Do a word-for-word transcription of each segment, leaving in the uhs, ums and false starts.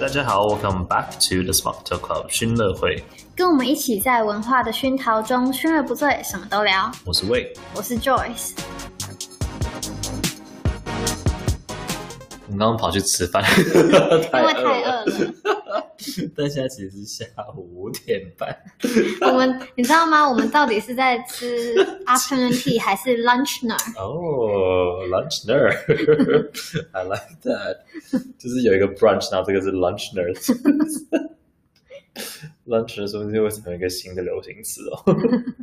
家好 ，Welcome back to the Smart Talk Club 熏乐会， 跟我们一起在文化的熏陶中，熏而不醉，什么都聊。 我是魏， 我是 Joyce。 我们刚刚跑去吃饭， 因为太饿了。 但现在其实是下午五点半。 我们你知道吗？我们到底是在吃 afternoon tea 还是 lunch 呢？ 哦、oh, ，lunch ner，I like that。就是有一个 brunch， 然后这个是 lunch ner。lunch ner 说不定会成为一个新的流行词哦。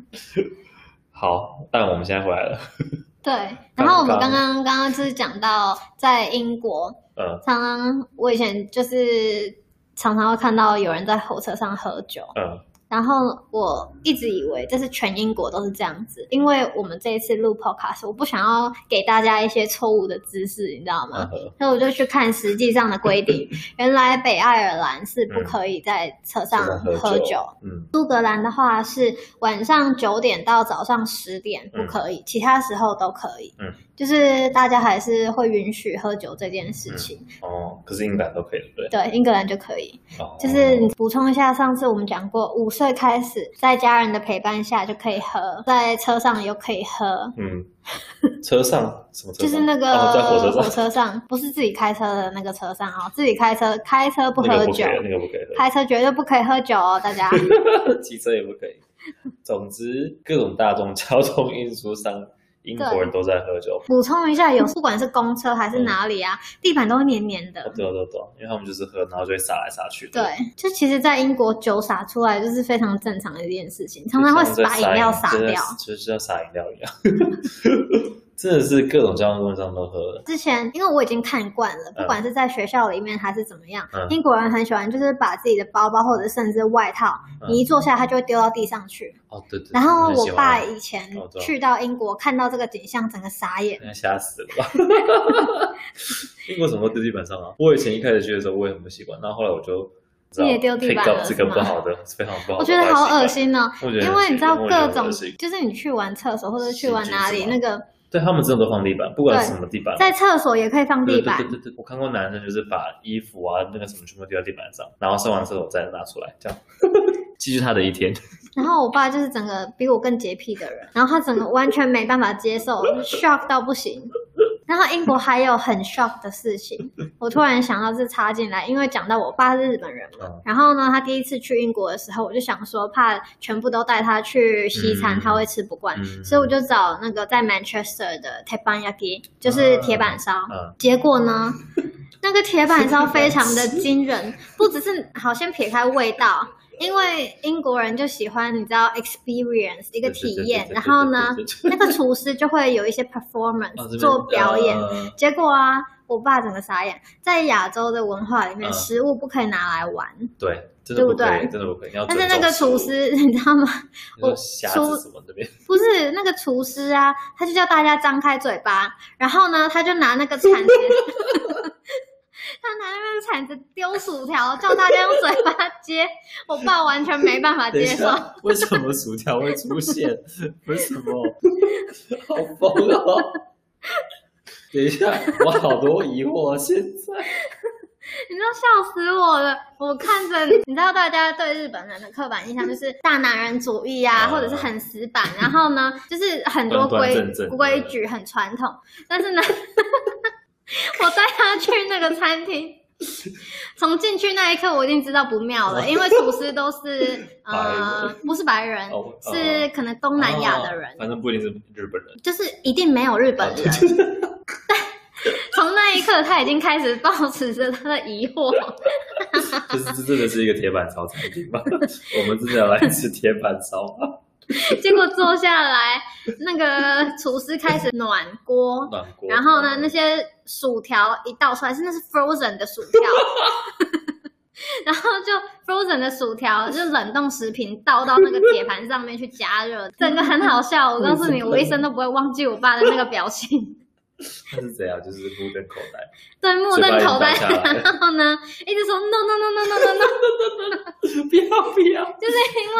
好，但我们现在回来了。 对，然后我们刚刚刚刚就是讲到在英国， 嗯， 常常我以前就是常常会看到有人在火车上喝酒， 嗯，然后我一直以为这是全英国都是这样子，因为我们这一次录 podcast， 我不想要给大家一些错误的知识，你知道吗？嗯、所以我就去看实际上的规定，原来北爱尔兰是不可以在车上喝酒，嗯，苏格兰的话是晚上九点到早上十点不可以，嗯、其他时候都可以，嗯。就是大家还是会允许喝酒这件事情、 嗯、哦，可是英格兰都可以，对对，英格兰就可以。哦，就是你补充一下，上次我们讲过，五岁开始在家人的陪伴下就可以喝，在车上又可以喝。 嗯，车上什么车上？ 就是那个、 哦、在火车上， 火车上不是自己开车的那个车上哦，自己开车开车不喝酒， 那个不可以，那个不可以喝， 开车绝对不可以喝酒哦，大家。 骑车也不可以。总之，各种大众交通运输商。英国人都在喝酒。 补充一下，有不管是公车还是哪里啊，嗯、地板都是黏黏的。 哦、对对对，因为他们就是喝，然后就会洒来洒去的。 对，就其实，在英国酒洒出来就是非常正常的一件事情，常常会把饮料洒掉， 就是要洒饮料一样。真的是各种交通工具上都喝了。 之前因为我已经看惯了，不管是在学校里面还是怎么样，嗯、英国人很喜欢就是把自己的包包或者甚至外套，嗯、你一坐下他就会丢到地上去。 哦，对 对, 对。 然后我爸以前去到英国，看到这个景象，整个傻眼， 吓死了吧？英国什么都丢地板上啊！我以前一开始去的时候，我也很不习惯，然后后来我就。 你也丢地板了， 这个不好的，非常不好的。 我觉得好恶心哦，因为你知道各种，就是你去玩厕所或者去玩哪里，那个对他们真的都放地板，不管是什么地板， 在厕所也可以放地板。 对对对 对, 对，我看过男生就是把衣服啊那个什么全部丢在地板上，然后上完厕所再拿出来，这样继续他的一天。 然后我爸就是整个比我更洁癖的人，然后他整个完全没办法接受，shock 到不行。然后英国还有很 shock 的事情，我突然想到是插进来，因为讲到我爸是日本人嘛，嗯、然后呢，他第一次去英国的时候，我就想说怕全部都带他去西餐，嗯、他会吃不惯，嗯、所以我就找那个在 Manchester 的 teppanyaki， 就是铁板烧，嗯、结果呢，那个铁板烧非常的惊人，不只是好先撇开味道。因为英国人就喜欢你知道 experience 一个体验，然后呢，那个厨师就会有一些 performance、哦、做表演、呃。结果啊，我爸整个傻眼，在亚洲的文化里面，呃、食物不可以拿来玩， 对，真的不可以， 对不对？ 真的不可以。 但是那个厨师，你知道吗？ 我虾子什么这边不是那个厨师啊，他就叫大家张开嘴巴，然后呢，他就拿那个铲子。他拿那个铲子丢薯条，叫大家用嘴巴接，我爸完全没办法接受。 为什么薯条会出现？为什么？好疯哦！等一下，我好多疑惑。现在你知道笑死我了！我看着，你知道大家对日本人的刻板印象就是大男人主义啊，或者是很死板，然后呢，就是很多规规矩很传统，但是呢。我带他去那个餐厅，从进去那一刻我已经知道不妙了，因为厨师都是呃不是白人，哦、是可能东南亚的人、哦， 反正不一定是日本人， 就是一定没有日本人。哦、但从那一刻他已经开始抱持着他的疑惑， 就是这真的是一个铁板烧餐厅吗？我们真的要来吃铁板烧吗？ 结果坐下来，那个厨师开始暖锅， 暖锅， 然后呢，那些薯条一倒出来，是那是 frozen 的薯条，然后就 frozen 的薯条就冷冻食品倒到那个铁盘上面去加热，整个很好笑。我告诉你，我一生都不会忘记我爸的那个表情。 他是怎样？就是目瞪口呆， 对，目瞪口呆，然后呢，一直说 no no no no no no no， 不要不要， 就是因为。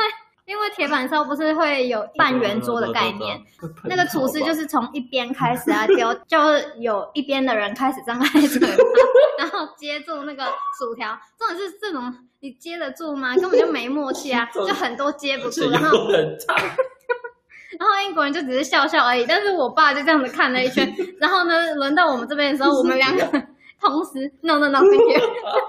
因为铁板烧不是会有半圆桌的概念，那个厨师就是从一边开始啊丢，就是有一边的人开始张开嘴巴，然后接住那个薯条。重点是这种你接得住吗？根本就没默契啊，就很多接不住，然后很长。 然后英国人就只是笑笑而已，但是我爸就这样子看了一圈，然后呢，轮到我们这边的时候，我们两个同时 no no no thank you，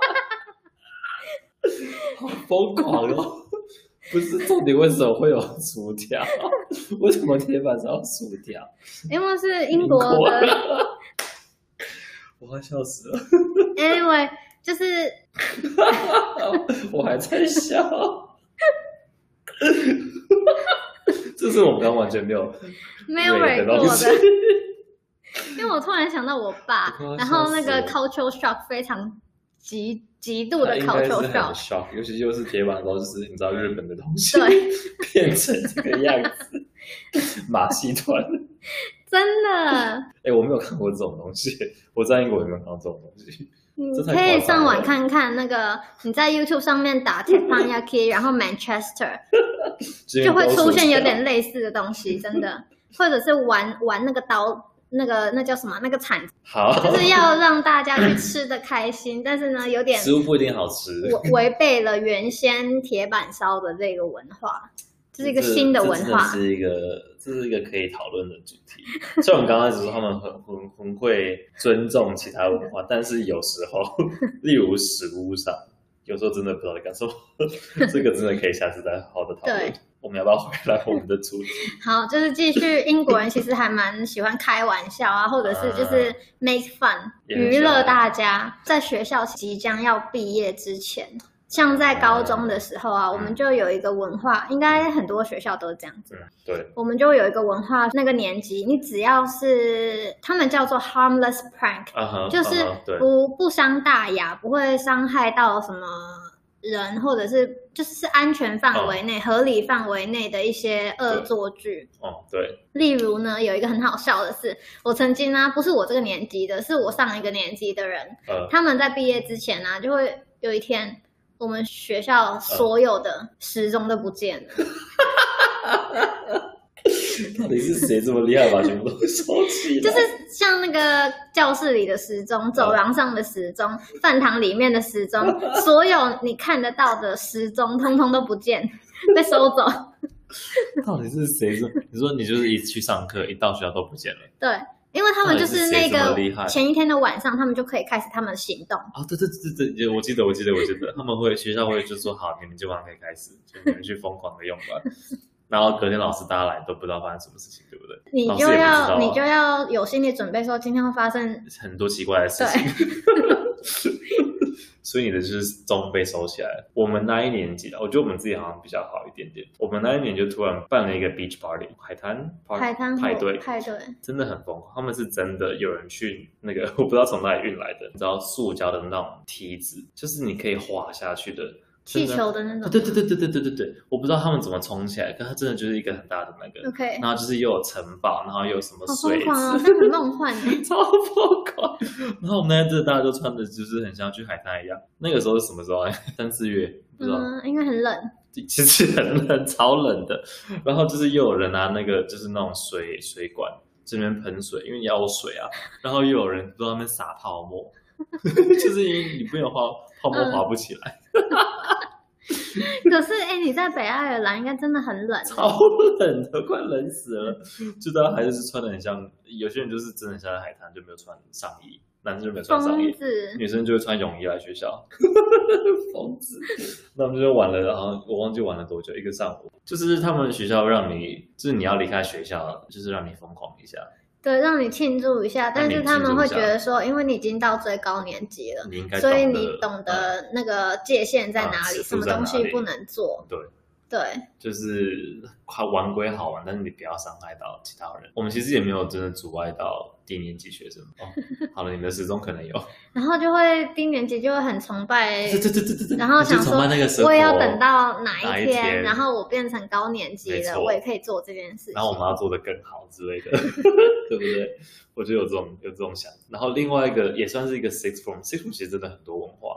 好疯狂哦！不是重点，为什么会有薯条？为什么铁板烧有薯条？ 因为是英国的， 我快笑死了。 Anyway， 就是， 我还在笑。这是我们刚完全没有没有蕊过的，因为我突然想到我爸，然后那个 cultural shock 非常极极度的 cultural shock， shock， 尤其又是铁板烧，就是你知道日本的东西， 对， 变成这个样子，马戏团， 真的。 哎、欸，我没有看过这种东西，我在英国有没有看到这种东西？ 你可以上网看看那个，你在 YouTube 上面打 Teppanyaki， 然后 Manchester 就会出现有点类似的东西，真的，或者是玩玩那个刀，那个那叫什么？那个铲子， 好， 就是要让大家去吃的开心，但是呢，有点食物不一定好吃， 违背了原先铁板烧的这个文化。这是一个新的文化， 这是一个这是一个可以讨论的主题。虽然我们刚开始说他们很很很会尊重其他文化，但是有时候，例如食物上，有时候真的不知道在干什么。这个真的可以下次再好好的讨论。我们要不要回来我们的主题？ 好，就是继续。英国人其实还蛮喜欢开玩笑啊，或者是就是 make fun， 娱乐大家。在学校即将要毕业之前。像在高中的时候啊，嗯、我们就有一个文化，应该很多学校都是这样子。 嗯，对。 我们就有一个文化，那个年级，你只要是他们叫做 harmless prank，、uh-huh, 就是不、uh-huh, 不伤大雅，不会伤害到什么人，或者是就是安全范围内、uh-huh. 合理范围内的一些恶作剧。 哦，对。 例如呢，有一个很好笑的是，我曾经啊，不是我这个年级的，是我上一个年级的人， uh-huh. 他们在毕业之前啊，就会有一天。我们学校所有的时钟都不见了。 到底是谁这么厉害把全部都收起来？ 就是像那个教室里的时钟、走廊上的时钟、饭堂里面的时钟，所有你看得到的时钟，通通都不见，被收走。 到底是谁说？你说你就是一去上课，一到学校都不见了？ 对。因为他们就是那个前一天的晚上，他们就可以开始他们的行动。 哦，对对对对，我记得，我记得，我记得，他们会学校会就说好，你们今晚可以开始，就你们去疯狂的用吧。然后隔天老师大家来都不知道发生什么事情，对不对？ 你就要、啊、你就要有心理准备，说今天会发生很多奇怪的事情。所以你的就是钟被收起来了。我们那一年级，我觉得我们自己好像比较好一点点。我们那一年就突然办了一个 beach party， 海滩 party, 海滩派对， 派对真的很疯狂。他们是真的有人去那个，我不知道从哪里运来的，你知道塑胶的那种梯子，就是你可以滑下去的。 气球的那种， 对对对对对对对对，我不知道他们怎么冲起来，可它真的就是一个很大的那个 ，OK， 然后就是又有城堡，然后又有什么水， 好疯狂哦，真的很梦幻超疯狂。然后我们那天大家就穿的就是很像去海滩一样。那个时候是什么时候？三四月，不知道， 嗯，应该很冷。 其实很冷，超冷的。然后就是又有人拿那个就是那种水水管这边喷水，因为要有水啊。然后又有人在那边撒泡沫，就是因为你没有泡泡沫滑不起来。 可是哎、欸，你在北爱尔兰应该真的很冷， 超冷的，快冷死了。就大家还是穿的很像，有些人就是真的下在海滩就没有穿上衣，男生就没有穿上衣，女生就会穿泳衣来学校。疯子。那我们就玩了，然后我忘记玩了多久，一个上午。就是他们学校让你，就是你要离开学校，就是让你疯狂一下。 对，让你庆祝一下，但是他们会觉得说，因为你已经到最高年级了， 你应该所以你懂得那个界限在哪里，嗯、什么东西不能做。 对对， 就是玩归好玩，但是你不要伤害到其他人。我们其实也没有真的阻碍到低年级学生。哦，好了，你们的时钟可能有。 然后就会低年级就会很崇拜， 对对对对对， 然后想说我也要等到哪一 天, 天然后我变成高年级了，我也可以做这件事情。 然后我们要做得更好之类的，对不对？我觉得有这种有这种想。然后另外一个也算是一个 sixth form， sixth form 其实真的很多文化。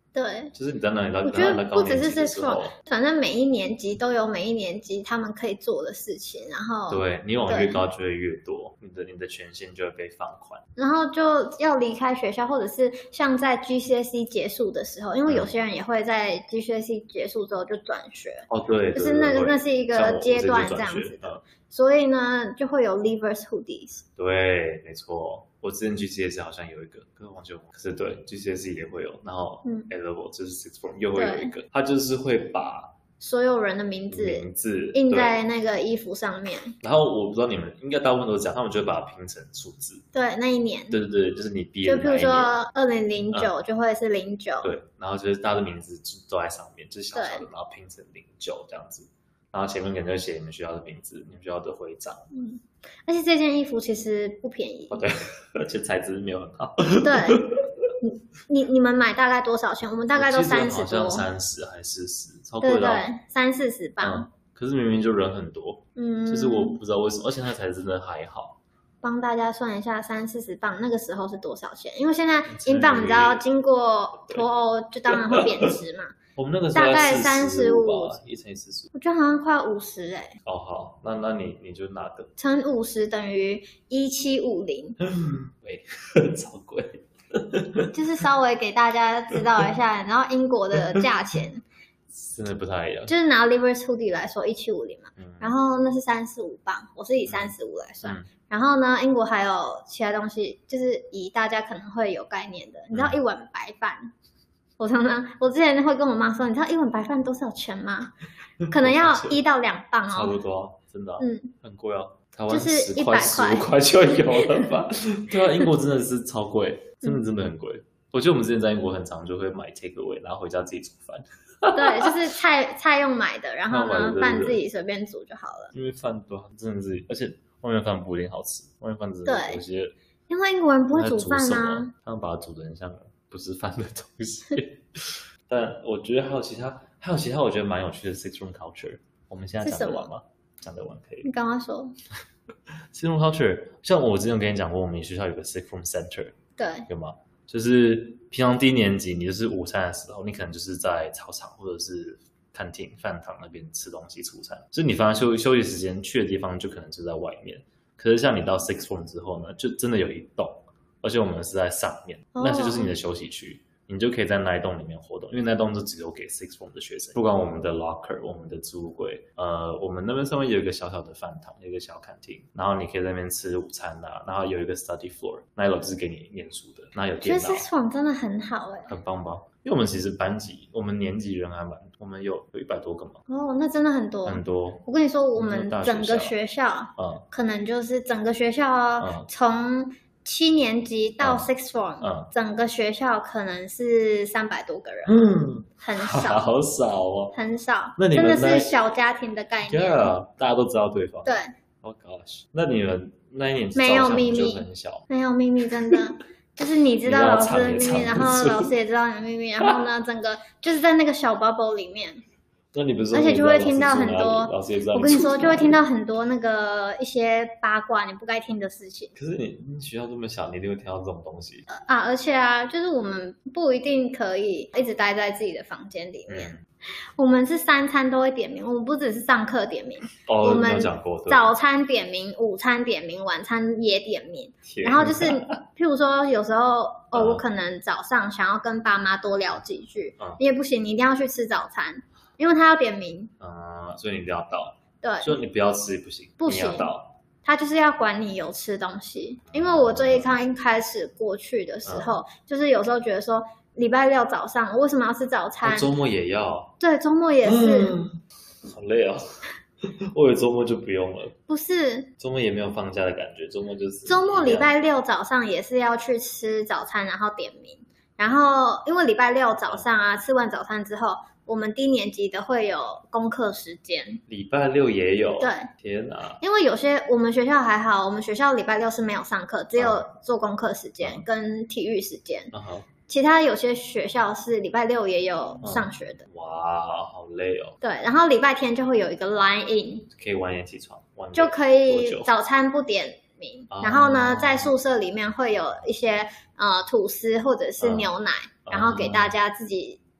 对， 就是你在哪里到， 我觉得不只是 sixth form， 反正每一年级都有每一年级他们可以做的事情，然后对你往越高就会越多，你的你的权限就会被放宽， 然后就要离开学校，或者是像在 G C S E 结束的时候，因为有些人也会在 G C S E 结束之后就转学。 哦，对， 就是那个那是一个阶段这样子的。嗯，所以呢，就会有 Leavers Hoodies。 对，没错。我之前 G C S E 好像有一个，可是忘记了。可是对 G C S E 也会有，然后 A Level 就是 sixth form 又会有一个，它就是会把所有人的名字名字印在那个衣服上面。 然后我不知道你们应该大部分都是这样，他们就会把它拼成数字。 对，那一年。 对对对，就是你毕业的那一年。 就譬如说二零零九就会是零九。 对，然后就是大家的名字都在上面，就是小小的，然后拼成零九这样子。然后前面可能就写你们学校的名字，你们学校的徽章。嗯， 而且这件衣服其实不便宜。 哦，对，而且材质没有很好。 对，你你你们买大概多少钱？我们大概都三十多， 好像三十还是四十，超贵的。 对对，三四十磅、 嗯。可是明明就人很多，嗯，就是我不知道为什么，而且那材质真的还好。 帮大家算一下，三四十磅那个时候是多少钱？因为现在英镑你知道经过脱欧，就当然会贬值嘛。 我们那个时候大概三十五， 一乘以四十五， 我觉得好像快五十哎。 哦，好，那那你你就拿个乘五十等于一七五零， 喂，超贵， 就是稍微给大家知道一下，然后英国的价钱真的不太一样， 就是拿 Leavers Hoodie 来说一七五零嘛、嗯，然后那是三十五磅，我是以三十五来算、嗯，然后呢，英国还有其他东西，就是以大家可能会有概念的，你知道一碗白饭。嗯，我常常，我之前会跟我妈说，你知道一碗白饭多少钱吗？可能要一到两磅哦， 差不多，真的、啊，嗯，很贵哦，台湾就是一百块、十五块就有了吧？对啊，英国真的是超贵，真的真的很贵、嗯。我觉得我们之前在英国很常就会买 take away， 然后回家自己煮饭。 对，就是菜菜用买的，然后呢饭自己随便煮就好了。 因为饭多，真的是，而且外面饭不一定好吃，外面饭真的有些， 因为英国人不会煮饭啊， 他们把它煮得很像不是饭的东西。但我觉得还有其他，还有其他我觉得蛮有趣的 sixth form culture。我们现在讲得完吗？讲得完可以。 你刚刚说 sixth form culture， 像我之前跟你讲过，我们学校有个 sixth form center， 对， 有吗？就是平常低年级，你就是午餐的时候，你可能就是在操场或者是餐厅、饭堂那边吃东西、出餐。就是你反正休休息时间去的地方，就可能就在外面。可是像你到 sixth form 之后呢，就真的有一栋，而且我们是在上面，哦、那些就是你的休息区。你就可以在那一栋里面活动，因为那栋就只有给 sixth form 的学生。不管我们的 locker、我们的置物柜，呃，我们那边上面有一个小小的饭堂，有一个小餐厅，然后你可以在那边吃午餐啊，然后有一个 study floor， 那一楼就是给你念书的，然后有电脑。 觉得 sixth form 真的很好哎、欸， 很棒吧？因为我们其实班级，我们年级人还蛮，我们有有一百多个嘛。 哦，那真的很多很多。 我跟你说，我们整个学校，嗯，可能就是整个学校哦，从、嗯七年级到 sixth form，、嗯嗯、整个学校可能是三百多个人，嗯，很少， 好少哦， 很少。 那你们真的是小家庭的概念， yeah, 大家都知道对方。 对 ，Oh gosh， 那你们那一年级没有秘密， 很小， 没有秘密，真的就是你知道老师的秘密，然后老师也知道你的秘密，然后呢，整个就是在那个小 bubble 里面。 那你不是， 而且就会听到很多， 我跟你说，就会听到很多那个一些八卦你不该听的事情。 可是你学校这么小，你一定会听到这种东西、 呃、啊！而且啊，就是我们不一定可以一直待在自己的房间里面、嗯，我们是三餐都会点名，我们不只是上课点名， 哦、 我们讲过早餐点名，午餐点名，晚餐也点名。然后就是譬如说有时候哦、嗯，我可能早上想要跟爸妈多聊几句，嗯、你也不行，你一定要去吃早餐。因为他要点名， 嗯，所以你一定要到。 对， 所以你不要吃也不行， 不行， 你要到。 他就是要管你有吃东西。因为我最一刚开始过去的时候、嗯，就是有时候觉得说，礼拜六早上我为什么要吃早餐？ 周末也要。 对，周末也是。 嗯、好累哦，我以为周末就不用了。 不是， 周末也没有放假的感觉，周末就是周末礼拜六早上也是要去吃早餐，然后点名。然后因为礼拜六早上啊，吃完早餐之后。我们低年级的会有功课时间， 礼拜六也有。 对， 天哪！ 因为有些我们学校还好，我们学校礼拜六是没有上课，只有做功课时间跟体育时间。 嗯、 其他有些学校是礼拜六也有上学的。 嗯、哇，好累哦。 对，然后礼拜天就会有一个 line in， 可以晚点起床， 就可以早餐不点名，嗯、然后呢，在宿舍里面会有一些呃吐司或者是牛奶，嗯、然后给大家自己。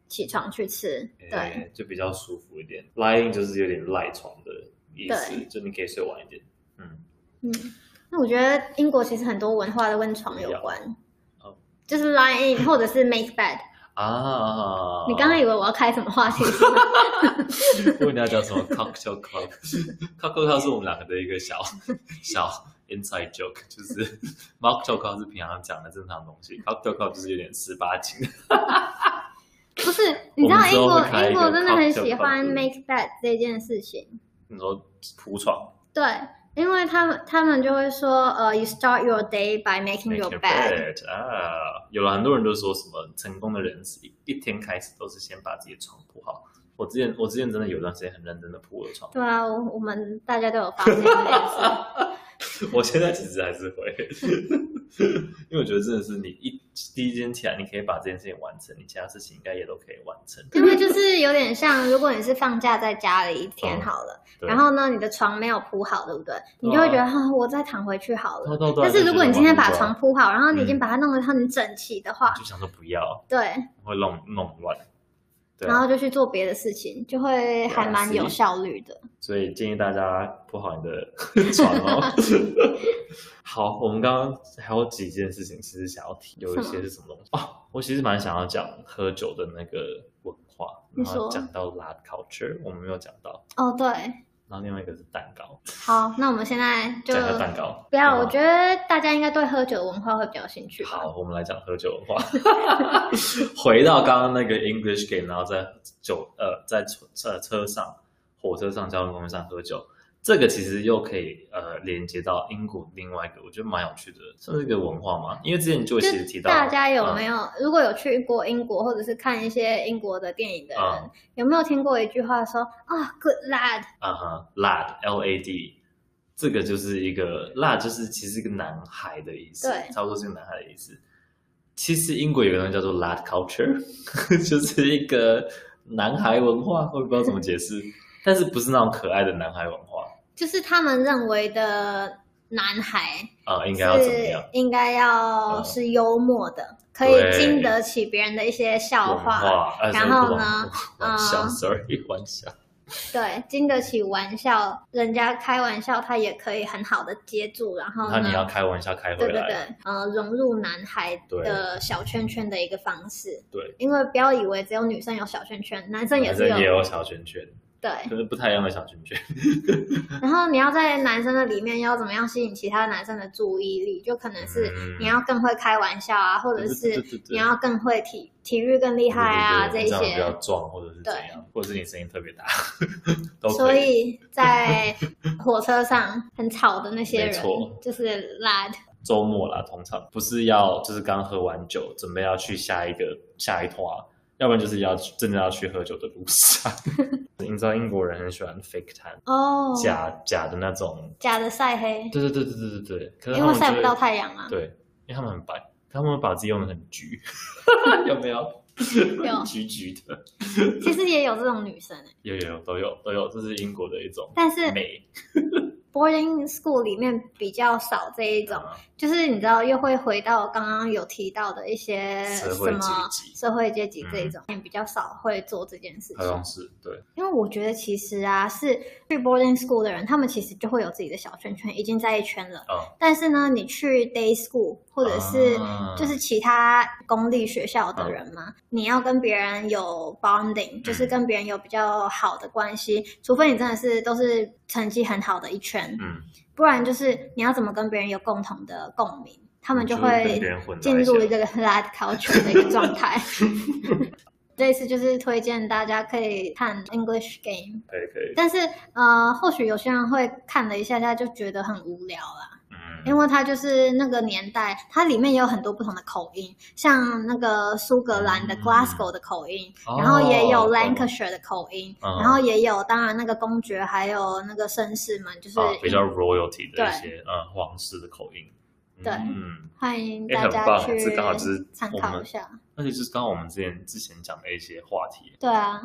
起床去吃，对， 欸、就比较舒服一点。lie in 就是有点赖床的意思，就你可以睡晚一点。嗯嗯，那我觉得英国其实很多文化都跟床有关， 哦、 就是 lie in 或者是 make bed。 啊！ 你刚刚以为我要开什么话题？ 我以为你要讲什么 cocktail club。cocktail club 是我们两个的一个小小 inside joke， 就是 mocktail club 是平常讲的正常东西 ，cocktail club 就是有点十八禁。 不是，你知道英国英国真的很喜欢 make bed 这件事情。 你说铺床？ 对。因为他们他们就会说，呃、uh, ，you start your day by making your bed。 bed 啊，有了很多人都说什么成功的人是一一天开始都是先把自己的床铺好。我之前我之前真的有段时间很认真的铺我的床。 对啊，我我们大家都有发现这件事。 我现在其实还是会，因为我觉得真的是你一第一天起来，你可以把这件事情完成，你其他事情应该也都可以完成。 因为就是有点像，如果你是放假在家里一天好了，嗯、然后呢，你的床没有铺好，对不对？你就会觉得，哈、啊，我再躺回去好了。 对对对， 但是如果你今天把床铺好，然后你已经把它弄得很整齐的话， 就想说不要， 对， 会弄弄乱。 然后就去做别的事情，就会还蛮有效率的。 所以建议大家铺好你的床哦。好，我们刚刚还有几件事情，其实想要提，有一些是什么东西哦？我其实蛮想要讲喝酒的那个文化，然后讲到 loud culture， 我们没有讲到。 哦，对。 然后另外一个是蛋糕。 好，那我们现在就讲一下蛋糕。 不要，我觉得大家应该对喝酒的文化会比较有兴趣吧。 好，我们来讲喝酒文化。回到刚刚那个 English game， 然后在酒呃在车车上、火车上、交通工具上喝酒，这个其实又可以呃连接到英国另外一个我觉得蛮有趣的，算是一个文化嘛。因为之前就其实提到， 大家有没有、嗯、如果有去过英国或者是看一些英国的电影的人，嗯、有没有听过一句话说啊、oh, ，good lad？ 啊哈 ，lad L A D， 这个就是一个 lad， 就是其实一个男孩的意思， 对， 差不多是个男孩的意思。其实英国有个东西叫做 lad culture， 就是一个男孩文化，我也不知道怎么解释。但是不是那种可爱的男孩文化， 就是他们认为的男孩啊、呃，应该要怎么样？ 应该要是幽默的，嗯、可以经得起别人的一些笑话，然后呢， 玩笑、嗯、，sorry， 玩笑， 对，经得起玩笑，人家开玩笑，他也可以很好的接住，然后呢， 那你要开玩笑开回来， 对对对，呃，融入男孩的小圈圈的一个方式， 对， 因为不要以为只有女生有小圈圈，男生也是有， 男生也有小圈圈。 对， 可是不太一样的小圈圈。 然后你要在男生的里面要怎么样吸引其他男生的注意力？就可能是你要更会开玩笑啊，或者是你要更会体体育更厉害啊， 对对对对， 这一些。 比较壮，或者是怎样，或者是你声音特别大，都可以。 所以在火车上很吵的那些人，就是 lad。 周末啦，通常不是要就是刚喝完酒，准备要去下一个下一团。要不然就是要真的要去喝酒的路上。你知道英国人很喜欢 fake tan 哦， oh, 假假的那种， 假的晒黑。 对对对对对对对，可是因为晒不到太阳啊。 对，因为他们很白，他们把自己用的很橘，有没有？ 有橘橘的。 其实也有这种女生哎、欸， 有有有都有都有，这是英国的一种美， 但是美。boarding school 里面比较少这一种、嗯、就是你知道又会回到刚刚有提到的一些社会阶级社会阶级这一种、嗯、比较少会做这件事情。 好像是对， 因为我觉得其实啊是去 boarding school 的人，他们其实就会有自己的小圈圈，已经在一圈了、 嗯、 但是呢你去 day school 或者是就是其他公立学校的人嘛、嗯、你要跟别人有 bonding、嗯、就是跟别人有比较好的关系，除非你真的是都是成绩很好的一圈，嗯，不然就是你要怎么跟别人有共同的共鸣，他们就会进入这个 lad culture 的一个状态。这一次就是推荐大家可以看 English Game， 可以可以， 但是呃，或许有些人会看了一下下就觉得很无聊啦。因为它就是那个年代，它里面也有很多不同的口音，像那个苏格兰的 Glasgow 的口音、嗯、然后也有 Lancashire 的口音、哦、然后也有当然那个公爵还有那个绅士们就是、 哦、比较 royalty 的一些呃皇室的口音。 对， 嗯， 欢迎大家去刚好就是参考一下， 而且就是刚好我们之前之前讲的一些话题。 对啊，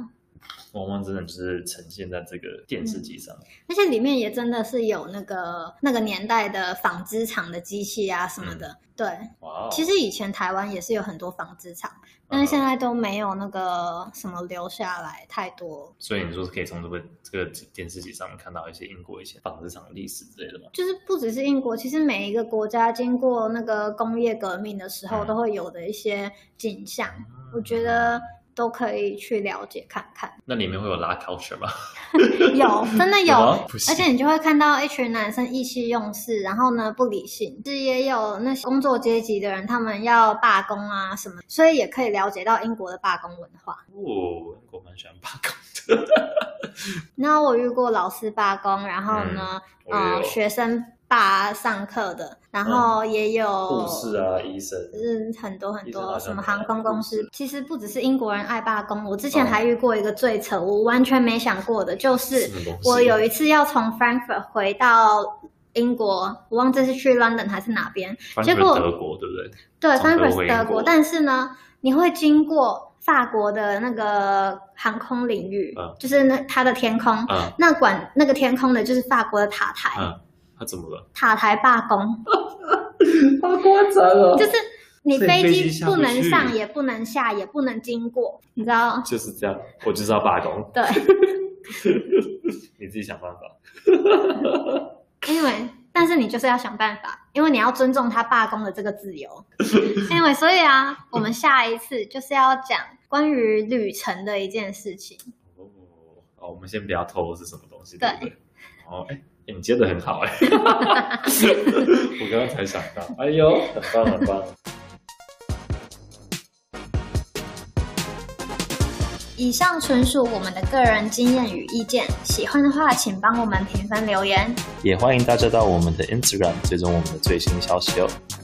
往往真的就是呈现在这个电视机上、嗯、 而且里面也真的是有那个那个年代的纺织厂的机器啊什么的、嗯、对、wow. 其实以前台湾也是有很多纺织厂，但是现在都没有那个什么留下来太多。 所以你说是可以从这个这个电视机上面看到一些英国以前纺织厂的历史之类的吗？ 就是不只是英国，其实每一个国家经过那个工业革命的时候、嗯、都会有的一些景象、嗯、我觉得都可以去了解看看。 那里面会有拉 culture 吗？ 有，真的有，而且你就会看到一群男生意气用事，然后呢不理性，是也有那些工作阶级的人，他们要罢工啊什么，所以也可以了解到英国的罢工文化。 哦，英国蛮喜欢罢工的。 那我遇过老师罢工，然后呢，嗯、呃，学生罢上课的，然后也有护士啊、医生， 嗯，很多很多，什么航空公司。其实不只是英国人爱罢工，我之前还遇过一个最扯，我完全没想过的，就是我有一次要从 Frankfurt 回到英国，我忘记是去 London 还是哪边，结果德国对不对？ 对 ，Frankfurt 德国，但是呢，你会经过法国的那个航空领域，嗯、就是那它的天空，嗯、那管那个天空的就是法国的塔台。 嗯，它怎么了？ 塔台罢工， 好夸张哦！ 就是你飞机不能上，也不能下，也不能经过，你知道？ 就是这样，我就是要罢工。 对， 你自己想办法。 因为，但是你就是要想办法，因为你要尊重他罢工的这个自由。因为，所以啊，我们下一次就是要讲关于旅程的一件事情。 哦，好，我们先不要透露是什么东西， 对对不对？哦，哎。欸、你接得很好哎、欸，我刚刚才想到，哎呦，很棒很棒。 以上纯属我们的个人经验与意见，喜欢的话请帮我们评分留言， 也欢迎大家到我们的 Instagram 追踪我们的最新消息哦。